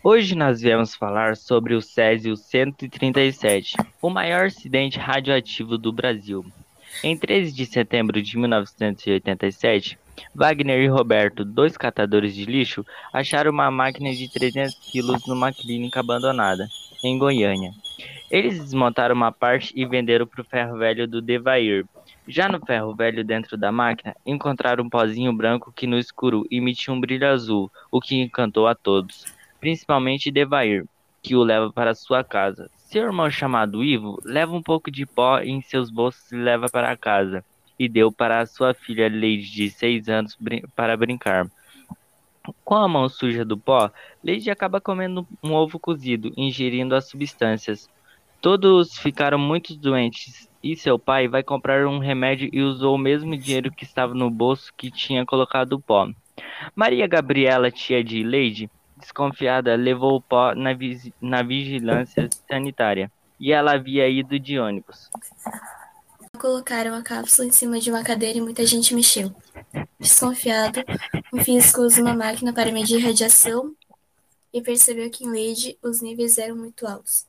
Hoje nós viemos falar sobre o Césio-137, o maior acidente radioativo do Brasil. Em 13 de setembro de 1987, Wagner e Roberto, dois catadores de lixo, acharam uma máquina de 300 quilos numa clínica abandonada, em Goiânia. Eles desmontaram uma parte e venderam para o ferro velho do Devair. Já no ferro velho dentro da máquina, encontraram um pozinho branco que no escuro emitia um brilho azul, o que encantou a todos, principalmente Devair, que o leva para sua casa. Seu irmão chamado Ivo leva um pouco de pó em seus bolsos e leva para casa, e deu para a sua filha Lady de 6 anos para brincar. Com a mão suja do pó, Lady acaba comendo um ovo cozido, ingerindo as substâncias. Todos ficaram muito doentes e seu pai vai comprar um remédio e usou o mesmo dinheiro que estava no bolso que tinha colocado o pó. Maria Gabriela, tia de Lady, desconfiada, levou o pó na vigilância sanitária e ela havia ido de ônibus. Colocaram a cápsula em cima de uma cadeira e muita gente mexeu. Desconfiado, um físico usa uma máquina para medir radiação e percebeu que em Lady os níveis eram muito altos.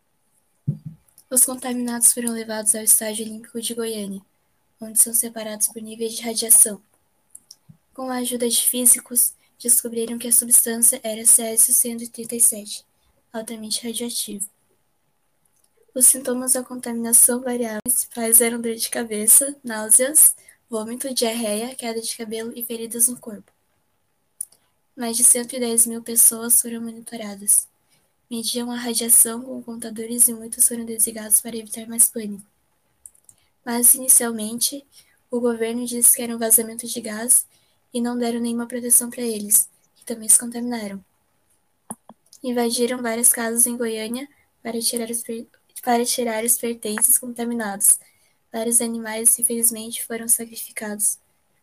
Os contaminados foram levados ao Estádio Olímpico de Goiânia, onde são separados por níveis de radiação. Com a ajuda de físicos, descobriram que a substância era Césio-137, altamente radioativo. Os sintomas da contaminação variavam. Os principais eram dor de cabeça, náuseas, vômito, diarreia, queda de cabelo e feridas no corpo. Mais de 110 mil pessoas foram monitoradas. Mediam a radiação com contadores e muitos foram desligados para evitar mais pânico. Mas, inicialmente, o governo disse que era um vazamento de gás e não deram nenhuma proteção para eles, que também se contaminaram. Invadiram várias casas em Goiânia para tirar os pertences contaminados. Vários animais, infelizmente, foram sacrificados.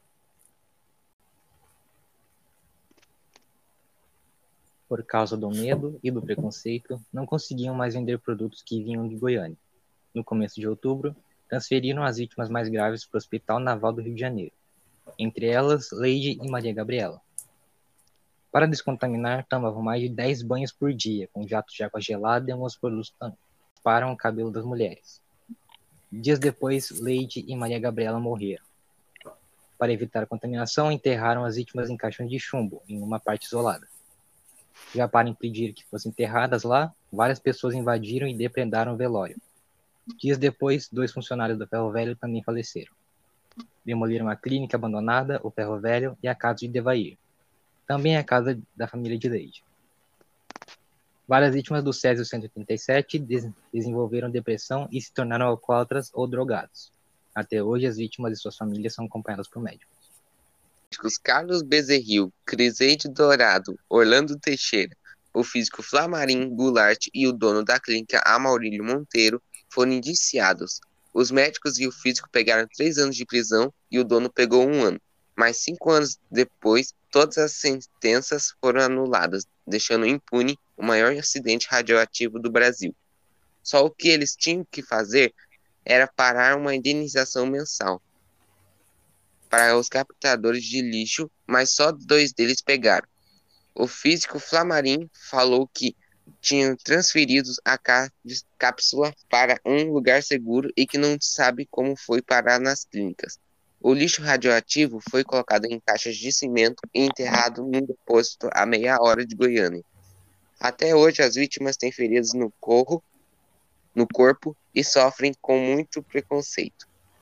Por causa do medo e do preconceito, não conseguiam mais vender produtos que vinham de Goiânia. No começo de outubro, transferiram as vítimas mais graves para o Hospital Naval do Rio de Janeiro, entre elas Lady e Maria Gabriela. Para descontaminar, tomavam mais de 10 banhos por dia, com jatos de água gelada e alguns produtos para o cabelo das mulheres. Dias depois, Lady e Maria Gabriela morreram. Para evitar a contaminação, enterraram as vítimas em caixões de chumbo, em uma parte isolada. Já para impedir que fossem enterradas lá, várias pessoas invadiram e depredaram o velório. Dias depois, 2 funcionários do Ferro Velho também faleceram. Demoliram a clínica abandonada, o Ferro Velho e a casa de Devair. Também a casa da família de Lady. Várias vítimas do Césio 137 desenvolveram depressão e se tornaram alcoólatras ou drogados. Até hoje, as vítimas e suas famílias são acompanhadas por médicos. Carlos Bezerril, Criseide Dourado, Orlando Teixeira, o físico Flamarim Goulart e o dono da clínica Amaurílio Monteiro foram indiciados. Os médicos e o físico pegaram 3 anos de prisão e o dono pegou 1 ano. Mas 5 anos depois, todas as sentenças foram anuladas, deixando impune o maior acidente radioativo do Brasil. Só o que eles tinham que fazer era parar uma indenização mensal para os captadores de lixo, mas só 2 deles pegaram. O físico Flamarim falou que tinham transferido a cápsula para um lugar seguro e que não sabe como foi parar nas clínicas. O lixo radioativo foi colocado em caixas de cimento e enterrado num depósito a meia hora de Goiânia. Até hoje, as vítimas têm feridas no corpo e sofrem com muito preconceito.